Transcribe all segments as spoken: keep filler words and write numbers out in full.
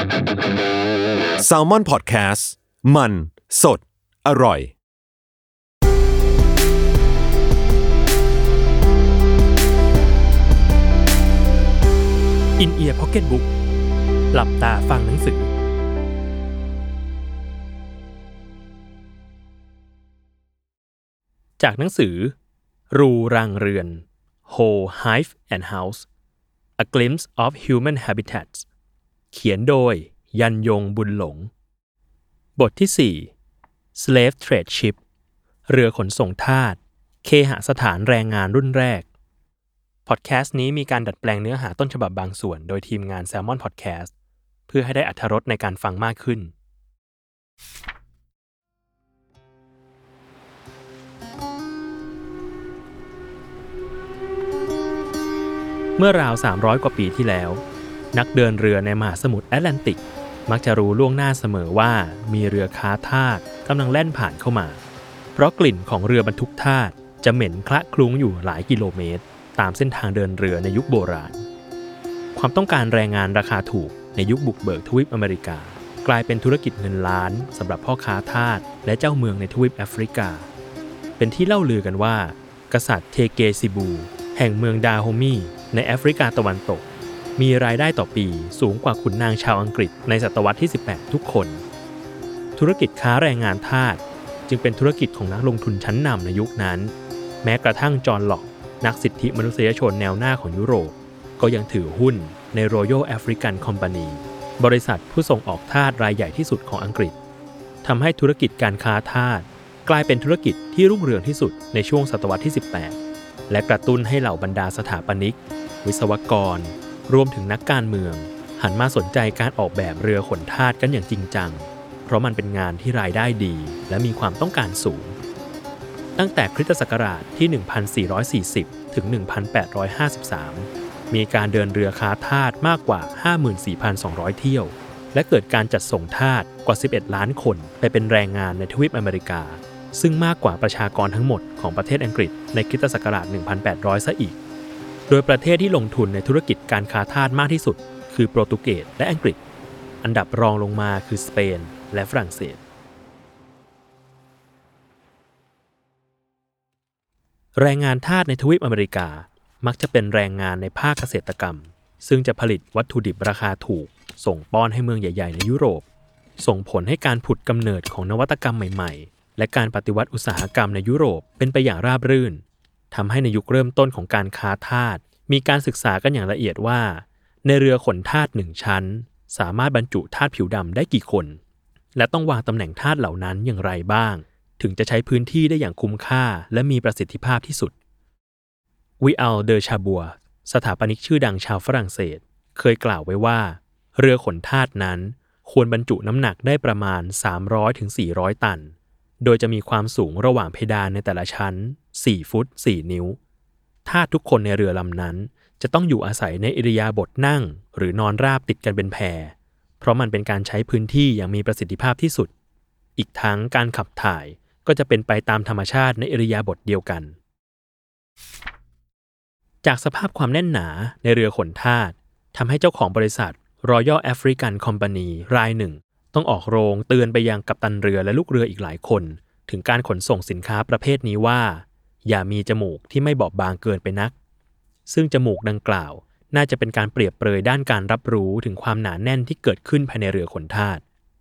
Salmon Podcast มันสดอร่อย In-Ear Pocketbook หลับตาฟังหนังสือจากหนังสือรูรังเรือน Whole Hive and House A Glimpse of Human Habitats เขียนโดยยันยงบุญหลงบทที่สี่ Slave Trade Ship เรือขนส่งทาสเคหสถานแรงงานรุ่นแรกพอดแคสต์นี้มีการดัดแปลงเนื้อหาต้นฉบับบางส่วนโดยทีมงาน Salmon Podcast เพื่อให้ได้อรรถรสในการฟังมากขึ้นเมื่อราวสามร้อยกว่าปีที่แล้วนักเดินเรือในมหาสมุทรแอตแลนติกมักจะรู้ล่วงหน้าเสมอว่ามีเรือค้าทาสกำลังแล่นผ่านเข้ามาเพราะกลิ่นของเรือบรรทุกทาสจะเหม็นคละคลุ้งอยู่หลายกิโลเมตรตามเส้นทางเดินเรือในยุคโบราณความต้องการแรงงานราคาถูกในยุคบุกเบิกทวีปอเมริกากลายเป็นธุรกิจเงินล้านสำหรับพ่อค้าทาสและเจ้าเมืองในทวีปแอฟริกาเป็นที่เล่าลือกันว่ากษัตริย์เทเกซิบูแห่งเมืองดาโฮมีในแอฟริกาตะวันตกมีรายได้ต่อปีสูงกว่าขุนนางชาวอังกฤษในศตวรรษที่สิบแปดทุกคนธุรกิจค้าแรงงานทาสจึงเป็นธุรกิจของนักลงทุนชั้นนำในยุคนั้นแม้กระทั่งจอห์นล็อกนักสิทธิมนุษยชนแนวหน้าของยุโรปก็ยังถือหุ้นใน Royal African Company บริษัทผู้ส่งออกทาสรายใหญ่ที่สุดของอังกฤษทำให้ธุรกิจการค้าทาสกลายเป็นธุรกิจที่รุ่งเรืองที่สุดในช่วงศตวรรษที่สิบแปดและกระตุ้นให้เหล่าบรรดาสถาปนิกวิศวกรรวมถึงนักการเมืองหันมาสนใจการออกแบบเรือขนทาสกันอย่างจริงจังเพราะมันเป็นงานที่รายได้ดีและมีความต้องการสูงตั้งแต่คริสตศักราชที่ หนึ่งพันสี่ร้อยสี่สิบ ถึง หนึ่งพันแปดร้อยห้าสิบสาม มีการเดินเรือค้าทาสมากกว่า ห้าหมื่นสี่พันสองร้อย เที่ยวและเกิดการจัดส่งทาสกว่าสิบเอ็ดล้านคนไปเป็นแรงงานในทวีปอเมริกาซึ่งมากกว่าประชากรทั้งหมดของประเทศอังกฤษในคริสตศักราช หนึ่งพันแปดร้อย ซะอีกโดยประเทศที่ลงทุนในธุรกิจการค้าทาสมากที่สุดคือโปรตุเกสและอังกฤษอันดับรองลงมาคือสเปนและฝรั่งเศสแรงงานทาสในทวีปอเมริกามักจะเป็นแรงงานในภาคเกษตรกรรมซึ่งจะผลิตวัตถุดิบราคาถูกส่งป้อนให้เมืองใหญ่ๆในยุโรปส่งผลให้การผุดกำเนิดของนวัตกรรมใหม่ๆและการปฏิวัติอุตสาหกรรมในยุโรปเป็นไปอย่างราบรื่นทำให้ในยุคเริ่มต้นของการค้าทาสมีการศึกษากันอย่างละเอียดว่าในเรือขนทาสหนึ่งชั้นสามารถบรรจุทาสผิวดำได้กี่คนและต้องวางตำแหน่งทาสเหล่านั้นอย่างไรบ้างถึงจะใช้พื้นที่ได้อย่างคุ้มค่าและมีประสิทธิภาพที่สุดวิอัล เดอชาบัวสถาปนิกชื่อดังชาวฝรั่งเศสเคยกล่าวไว้ว่าเรือขนทาสนั้นควรบรรจุน้ำหนักได้ประมาณ สามร้อยถึงสี่ร้อย ตันโดยจะมีความสูงระหว่างเพดานในแต่ละชั้นสี่ฟุตสี่นิ้วทาสทุกคนในเรือลำนั้นจะต้องอยู่อาศัยในอิริยาบถนั่งหรือนอนราบติดกันเป็นแพรเพราะมันเป็นการใช้พื้นที่อย่างมีประสิทธิภาพที่สุดอีกทั้งการขับถ่ายก็จะเป็นไปตามธรรมชาติในอิริยาบถเดียวกันจากสภาพความแน่นหนาในเรือขนทาสทำให้เจ้าของบริษัท Royal African Company รายหนึ่งต้องออกโรงเตือนไปยังกัปตันเรือและลูกเรืออีกหลายคนถึงการขนส่งสินค้าประเภทนี้ว่าอย่ามีจมูกที่ไม่บอบบางเกินไปนักซึ่งจมูกดังกล่าวน่าจะเป็นการเปรียบเปรยด้านการรับรู้ถึงความหนาแน่นที่เกิดขึ้นภายในเรือขนทาส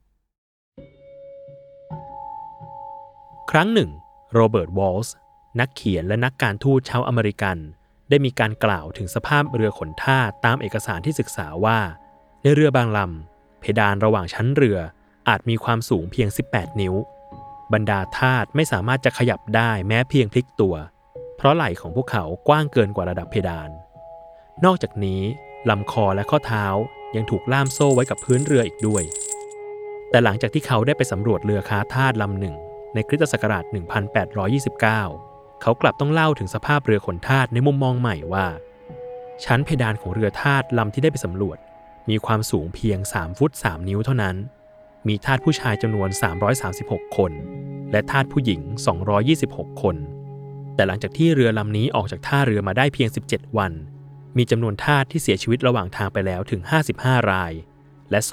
ครั้งหนึ่งโรเบิร์ต วอลส์นักเขียนและนักการทูตชาวอเมริกันได้มีการกล่าวถึงสภาพเรือขนทาสตามเอกสารที่ศึกษาว่าในเรือบางลำเพดานระหว่างชั้นเรืออาจมีความสูงเพียงสิบแปดนิ้วบรรดาทาสไม่สามารถจะขยับได้แม้เพียงพลิกตัวเพราะไหล่ของพวกเขากว้างเกินกว่าระดับเพดานนอกจากนี้ลำคอและข้อเท้ายังถูกล่ามโซ่ไว้กับพื้นเรืออีกด้วยแต่หลังจากที่เขาได้ไปสำรวจเรือค้าทาสลำหนึ่งในคริสตศักราช หนึ่งพันแปดร้อยยี่สิบเก้า เขากลับต้องเล่าถึงสภาพเรือขนทาสในมุมมองใหม่ว่าชั้นเพดานของเรือทาสลำที่ได้ไปสำรวจมีความสูงเพียงสามฟุตสามนิ้วเท่านั้นมีทาสผู้ชายจำนวนสามร้อยสามสิบหกคนและทาสผู้หญิงสองร้อยยี่สิบหกคนแต่หลังจากที่เรือลำนี้ออกจากท่าเรือมาได้เพียงสิบเจ็ดวันมีจำนวนทาสที่เสียชีวิตระหว่างทางไปแล้วถึงห้าสิบห้ารายและศพ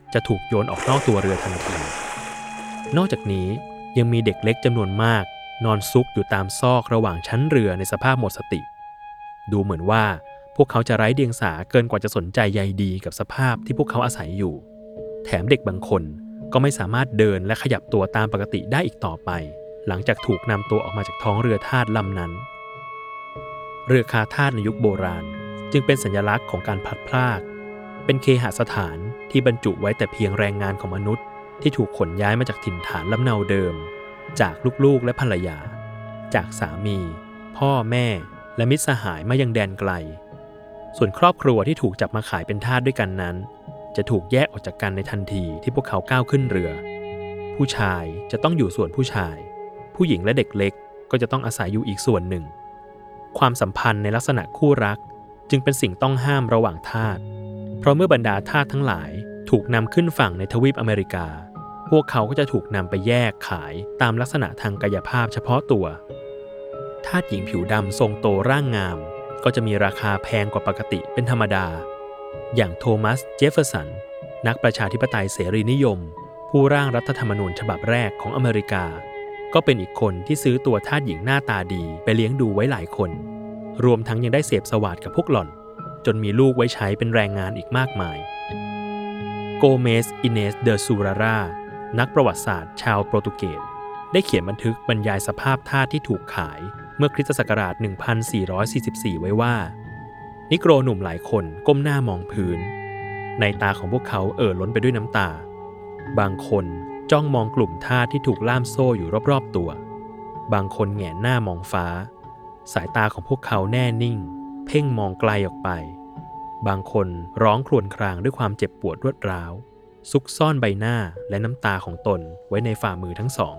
จะถูกโยนออกนอกตัวเรือทันทีนอกจากนี้ยังมีเด็กเล็กจำนวนมากนอนซุกอยู่ตามซอกระหว่างชั้นเรือในสภาพหมดสติดูเหมือนว่าพวกเขาจะไร้เดียงสาเกินกว่าจะสนใจใยดีกับสภาพที่พวกเขาอาศัยอยู่แถมเด็กบางคนก็ไม่สามารถเดินและขยับตัวตามปกติได้อีกต่อไปหลังจากถูกนำตัวออกมาจากท้องเรือทาสลำนั้นเรือคาทาสในยุคโบราณจึงเป็นสัญลักษณ์ของการพลัดพรากเป็นเคหสถานที่บรรจุไว้แต่เพียงแรงงานของมนุษย์ที่ถูกขนย้ายมาจากถิ่นฐานลำเนาเดิมจากลูกๆและภรรยาจากสามีพ่อแม่และมิตรสหายมายังแดนไกลส่วนครอบครัวที่ถูกจับมาขายเป็นทาสด้วยกันนั้นจะถูกแยกออกจากกันในทันทีที่พวกเขาก้าวขึ้นเรือผู้ชายจะต้องอยู่ส่วนผู้ชายผู้หญิงและเด็กเล็กก็จะต้องอาศัยอยู่อีกส่วนหนึ่งความสัมพันธ์ในลักษณะคู่รักจึงเป็นสิ่งต้องห้ามระหว่างทาสเพราะเมื่อบรรดาทาสทั้งหลายถูกนำขึ้นฝั่งในทวีปอเมริกาพวกเขาก็จะถูกนำไปแยกขายตามลักษณะทางกายภาพเฉพาะตัวทาสหญิงผิวดำทรงโตร่างงามก็จะมีราคาแพงกว่าปกติเป็นธรรมดาอย่างโทมัสเจฟเฟอร์สันนักประชาธิปไตยเสรีนิยมผู้ร่างรัฐธรรมนูญฉบับแรกของอเมริกาก็เป็นอีกคนที่ซื้อตัวทาสหญิงหน้าตาดีไปเลี้ยงดูไว้หลายคนรวมทั้งยังได้เสพสวาทกับพวกหล่อนจนมีลูกไว้ใช้เป็นแรงงานอีกมากมายโกเมสอิเนสเดอซูรารานักประวัติศาสตร์ชาวโปรตุเกสได้เขียนบันทึกบรรยายสภาพทาสที่ถูกขายเมื่อคริสตศักราชหนึ่งพันสี่ร้อยสี่สิบสี่ไว้ว่านิโกรหนุ่มหลายคนก้มหน้ามองพื้นในตาของพวกเขาเอ่อล้นไปด้วยน้ำตาบางคนจ้องมองกลุ่มทาสที่ถูกล่ามโซ่อยู่รอบๆตัวบางคนแหงนหน้ามองฟ้าสายตาของพวกเขาแน่นิ่งเพ่งมองไกลออกไปบางคนร้องครวญครางด้วยความเจ็บปวดรวดร้าวซุกซ่อนใบหน้าและน้ำตาของตนไว้ในฝ่ามือทั้งสอง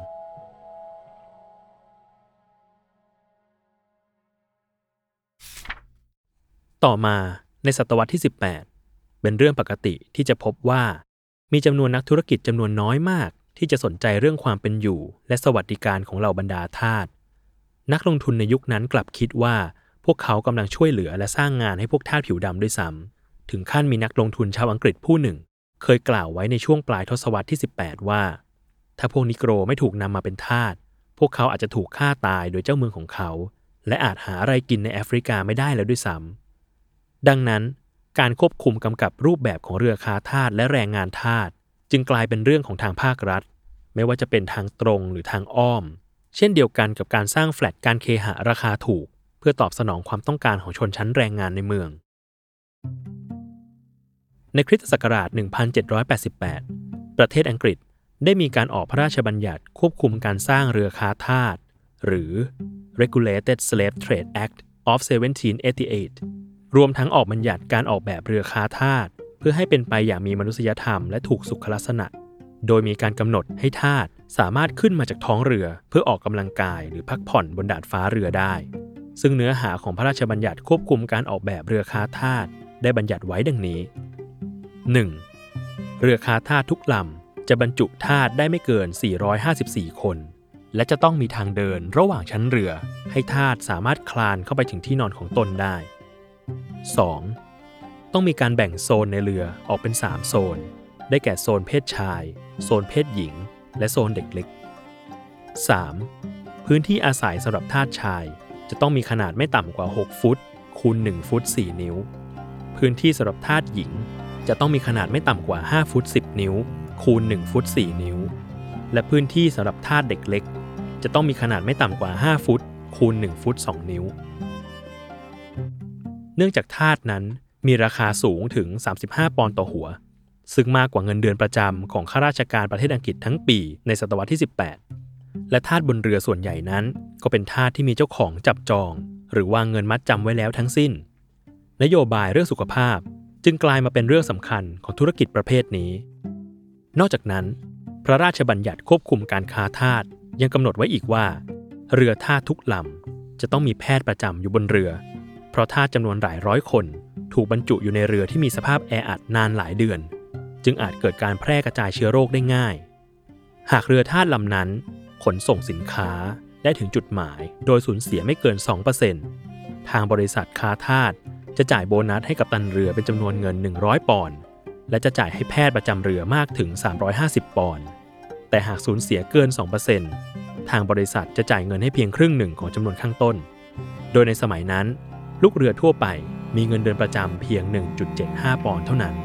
ต่อมาในศตวรรษที่สิบแปดเป็นเรื่องปกติที่จะพบว่ามีจำนวนนักธุรกิจจำนวนน้อยมากที่จะสนใจเรื่องความเป็นอยู่และสวัสดิการของเหล่าบรรดาทาสนักลงทุนในยุคนั้นกลับคิดว่าพวกเขากำลังช่วยเหลือและสร้างงานให้พวกทาสผิวดำด้วยซ้ำถึงขั้นมีนักลงทุนชาวอังกฤษผู้หนึ่งเคยกล่าวไว้ในช่วงปลายทศวรรษที่สิบแปดว่าถ้าพวกนิโกรไม่ถูกนำมาเป็นทาสพวกเขาอาจจะถูกฆ่าตายโดยเจ้าเมืองของเขาและอาจหาอะไรกินในแอฟริกาไม่ได้แล้วด้วยซ้ำดังนั้นการควบคุมกำกับรูปแบบของเรือค้าทาสและแรงงานทาสจึงกลายเป็นเรื่องของทางภาครัฐไม่ว่าจะเป็นทางตรงหรือทางอ้อมเช่นเดียวกันกับการสร้างแฟลตการเคหะราคาถูกเพื่อตอบสนองความต้องการของชนชั้นแรงงานในเมืองในคริสตศักราชหนึ่งพันเจ็ดร้อยแปดสิบแปดประเทศอังกฤษได้มีการออกพระราชบัญญัติควบคุมการสร้างเรือค้าทาสหรือ Regulated Slave Trade Act of เซเวนทีนเอทีเอทรวมทั้งออกบัญญัติการออกแบบเรือค้าทาสเพื่อให้เป็นไปอย่างมีมนุษยธรรมและถูกสุขลักษณะโดยมีการกำหนดให้ทาสสามารถขึ้นมาจากท้องเรือเพื่อออกกำลังกายหรือพักผ่อนบนดาดฟ้าเรือได้ซึ่งเนื้อหาของพระราชบัญญัติควบคุมการออกแบบเรือค้าทาสได้บัญญัติไว้ดังนี้ หนึ่ง. เรือค้าทาสทุกลำจะบรรจุทาสได้ไม่เกินสี่ร้อยห้าสิบสี่คนและจะต้องมีทางเดินระหว่างชั้นเรือให้ทาสสามารถคลานเข้าไปถึงที่นอนของตนได้ สอง. ต้องมีการแบ่งโซนในเรือออกเป็นสามโซนได้แก่โซนเพศชายโซนเพศหญิงและโซนเด็กเล็ก สาม. พื้นที่อาศัยสำหรับทาสชายจะต้องมีขนาดไม่ต่ำกว่าหกฟุตคูณหนึ่งฟุตสี่นิ้วพื้นที่สำหรับทาสหญิงจะต้องมีขนาดไม่ต่ำกว่าห้าฟุตสิบนิ้วคูณหนึ่งฟุตสี่นิ้วและพื้นที่สำหรับทาสเด็กเล็กจะต้องมีขนาดไม่ต่ำกว่าห้าฟุตคูณหนึ่งฟุตสองนิ้วเนื่องจากทาสนั้นมีราคาสูงถึงสามสิบห้าปอนด์ต่อหัวซึ่งมากกว่าเงินเดือนประจำของข้าราชการประเทศอังกฤษทั้งปีในศตวรรษที่สิบแปดและทาสบนเรือส่วนใหญ่นั้นก็เป็นทาสที่มีเจ้าของจับจองหรือวางเงินมัดจำไว้แล้วทั้งสิ้นนโยบายเรื่องสุขภาพจึงกลายมาเป็นเรื่องสำคัญของธุรกิจประเภทนี้นอกจากนั้นพระราชบัญญัติควบคุมการค้าทาสยังกำหนดไว้อีกว่าเรือทาสทุกลำจะต้องมีแพทย์ประจำอยู่บนเรือเพราะทาสจำนวนหลายร้อยคนถูกบรรจุอยู่ในเรือที่มีสภาพแออัดนานหลายเดือนจึงอาจเกิดการแพร่กระจายเชื้อโรคได้ง่ายหากเรือทาสลำนั้นขนส่งสินค้าได้ถึงจุดหมายโดยสูญเสียไม่เกิน สองเปอร์เซ็นต์ ทางบริษัทค้าทาสจะจ่ายโบนัสให้กับตันเรือเป็นจำนวนเงินหนึ่งร้อยปอนด์และจะจ่ายให้แพทย์ประจำเรือมากถึงสามร้อยห้าสิบปอนด์แต่หากสูญเสียเกิน สองเปอร์เซ็นต์ ทางบริษัทจะจ่ายเงินให้เพียงครึ่งหนึ่งของจำนวนข้างต้นโดยในสมัยนั้นลูกเรือทั่วไปมีเงินเดือนประจำเพียง หนึ่งจุดเจ็ดห้า ปอนด์เท่านั้น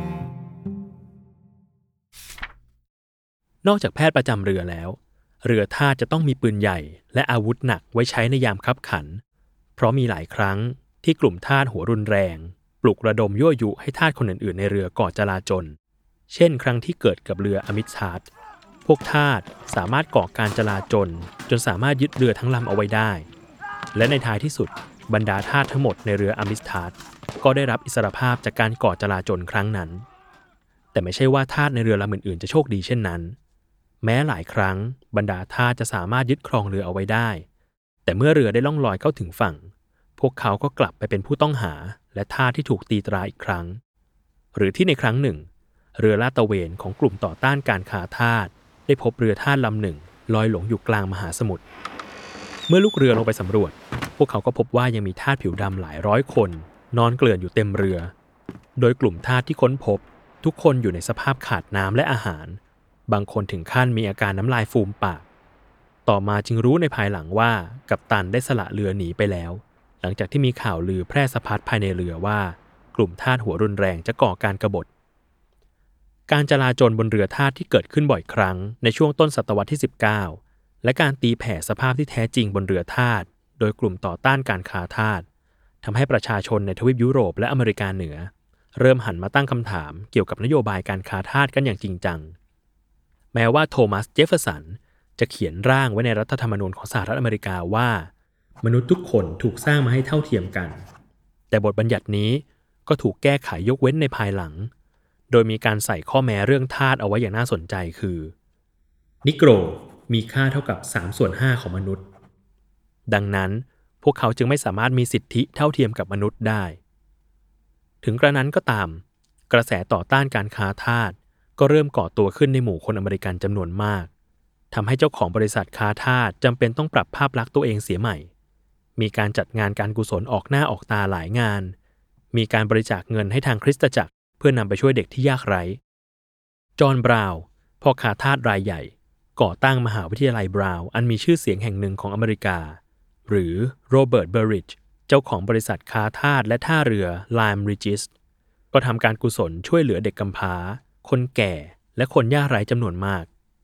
นอกจากแพทย์ประจำเรือแล้วเรือทาสจะต้องมีปืนใหญ่และอาวุธหนักไว้ใช้ในยามคับขันเพราะมีหลายครั้งที่กลุ่มทาสหัวรุนแรงปลุกระดมยั่วยุให้ทาสคนอื่นๆในเรือก่อจลาจลเช่นครั้งที่เกิดกับเรืออมิชาร์ดพวกทาสสามารถก่อการจลาจลจนสามารถยึดเรือทั้งลำเอาไว้ได้และในท้ายที่สุดบรรดาทาสทั้งหมดในเรืออมิชาร์ดก็ได้รับอิสรภาพจากการก่อจลาจลครั้งนั้นแต่ไม่ใช่ว่าทาสในเรือลำอื่นๆจะโชคดีเช่นนั้นแม้หลายครั้งบรรดาทาสจะสามารถยึดครองเรือเอาไว้ได้แต่เมื่อเรือได้ล่องลอยเข้าถึงฝั่งพวกเขาก็กลับไปเป็นผู้ต้องหาและทาสที่ถูกตีตราอีกครั้งหรือที่ในครั้งหนึ่งเรือลาดตระเวนของกลุ่มต่อต้านการค้าทาสได้พบเรือทาสลำหนึ่งลอยหลงอยู่กลางมหาสมุทรเมื่อลูกเรือลงไปสำรวจพวกเขาก็พบว่ายังมีทาสผิวดำหลายร้อยคนนอนเกลื่อนอยู่เต็มเรือโดยกลุ่มทาสที่ค้นพบทุกคนอยู่ในสภาพขาดน้ำและอาหารบางคนถึงขั้นมีอาการน้ำลายฟูมปากต่อมาจึงรู้ในภายหลังว่ากัปตันได้สละเรือหนีไปแล้วหลังจากที่มีข่าวลือแพร่สะพัดภายในเรือว่ากลุ่มทาสหัวรุนแรงจะก่อการกบฏการจลาจลบนเรือทาสที่เกิดขึ้นบ่อยครั้งในช่วงต้นศตวรรษที่สิบเก้าและการตีแผ่สภาพที่แท้จริงบนเรือทาสโดยกลุ่มต่อต้านการค้าทาสทำให้ประชาชนในทวีปยุโรปและอเมริกาเหนือเริ่มหันมาตั้งคำถามเกี่ยวกับนโยบายการค้าทาสกันอย่างจริงจังแม้ว่าโทมัสเจฟเฟอร์สันจะเขียนร่างไว้ในรัฐธรรมนูญของสหรัฐอเมริกาว่ามนุษย์ทุกคนถูกสร้างมาให้เท่าเทียมกันแต่บทบัญญัตินี้ก็ถูกแก้ไขยกเว้นในภายหลังโดยมีการใส่ข้อแม้เรื่องทาสเอาไว้อย่างน่าสนใจคือนิโกรมีค่าเท่ากับสามส่วนห้าของมนุษย์ดังนั้นพวกเขาจึงไม่สามารถมีสิทธิเท่าเทียมกับมนุษย์ได้ถึงกระนั้นก็ตามกระแสต่อต้านการค้าทาสก็เริ่มก่อตัวขึ้นในหมู่คนอเมริกันจำนวนมากทำให้เจ้าของบริษัทค้าทาสจำเป็นต้องปรับภาพลักษณ์ตัวเองเสียใหม่มีการจัดงานการกุศลออกหน้าออกตาหลายงานมีการบริจาคเงินให้ทางคริสตจักรเพื่อนำไปช่วยเด็กที่ยากไร้จอห์นบราวน์พ่อค้าทาสรายใหญ่ก่อตั้งมหาวิทยาลัยบราวน์อันมีชื่อเสียงแห่งหนึ่งของอเมริกาหรือโรเบิร์ตเบอริดจ์เจ้าของบริษัทค้าทาสและท่าเรือไลม์ริจิสก็ทำการกุศลช่วยเหลือเด็กกำพร้าคนแก่และคนยากไร้จำนวนมาก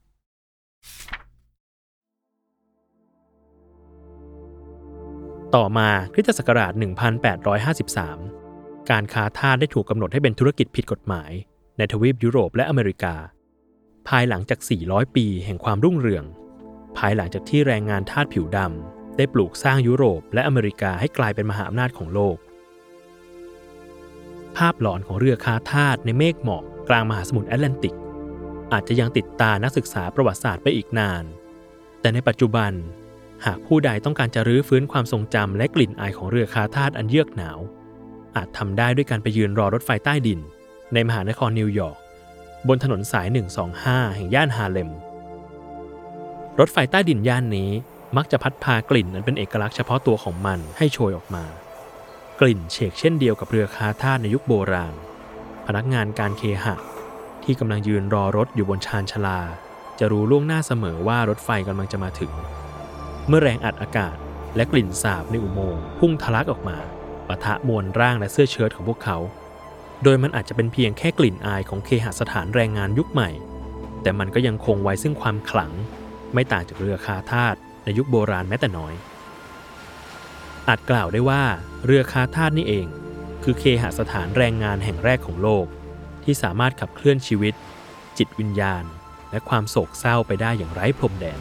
ต่อมาคริสตศักราชหนึ่งพันแปดร้อยห้าสิบสามการค้าทาสได้ถูกกำหนดให้เป็นธุรกิจผิดกฎหมายในทวีปยุโรปและอเมริกาภายหลังจากสี่ร้อยปีแห่งความรุ่งเรืองภายหลังจากที่แรงงานทาสผิวดำได้ปลูกสร้างยุโรปและอเมริกาให้กลายเป็นมหาอำนาจของโลกภาพหลอนของเรือค้าทาสในเมฆหมอกกลางมหาสมุทรแอตแลนติกอาจจะยังติดตานักศึกษาประวัติศาสตร์ไปอีกนานแต่ในปัจจุบันหากผู้ใดต้องการจะรื้อฟื้นความทรงจำและกลิ่นอายของเรือค้าทาสอันเยือกหนาวอาจทำได้ด้วยการไปยืนรอรถไฟใต้ดินในมหานครนิวยอร์กบนถนนสายหนึ่งสองห้าแห่งย่านฮาร์เลมรถไฟใต้ดินย่านนี้มักจะพัดพากลิ่นอันเป็นเอกลักษณ์เฉพาะตัวของมันให้โชยออกมากลิ่นเฉกเช่นเดียวกับเรือค้าทาสในยุคโบราณพนักงานการเคหะที่กำลังยืนรอรถอยู่บนชานชลาจะรู้ล่วงหน้าเสมอว่ารถไฟกำลังจะมาถึงเมื่อแรงอัดอากาศและกลิ่นสาบในอุโมงค์พุ่งทะลักออกมาปะทะมวลร่างและเสื้อเชิ้ตของพวกเขาโดยมันอาจจะเป็นเพียงแค่กลิ่นอายของเคหสถานแรงงานยุคใหม่แต่มันก็ยังคงไว้ซึ่งความขลังไม่ต่างจากเรือค้าทาสในยุคโบราณแม้แต่น้อยอาจกล่าวได้ว่าเรือค้าทาสนี่เองคือเคหสถานแรงงานแห่งแรกของโลกที่สามารถขับเคลื่อนชีวิตจิตวิญญาณและความโศกเศร้าไปได้อย่างไร้พรมแดน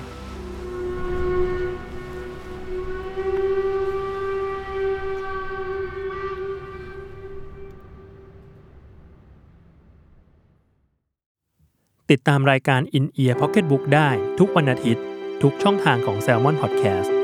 ติดตามรายการ In Ear Pocketbook ได้ทุกวันอาทิตย์ทุกช่องทางของ Salmon Podcast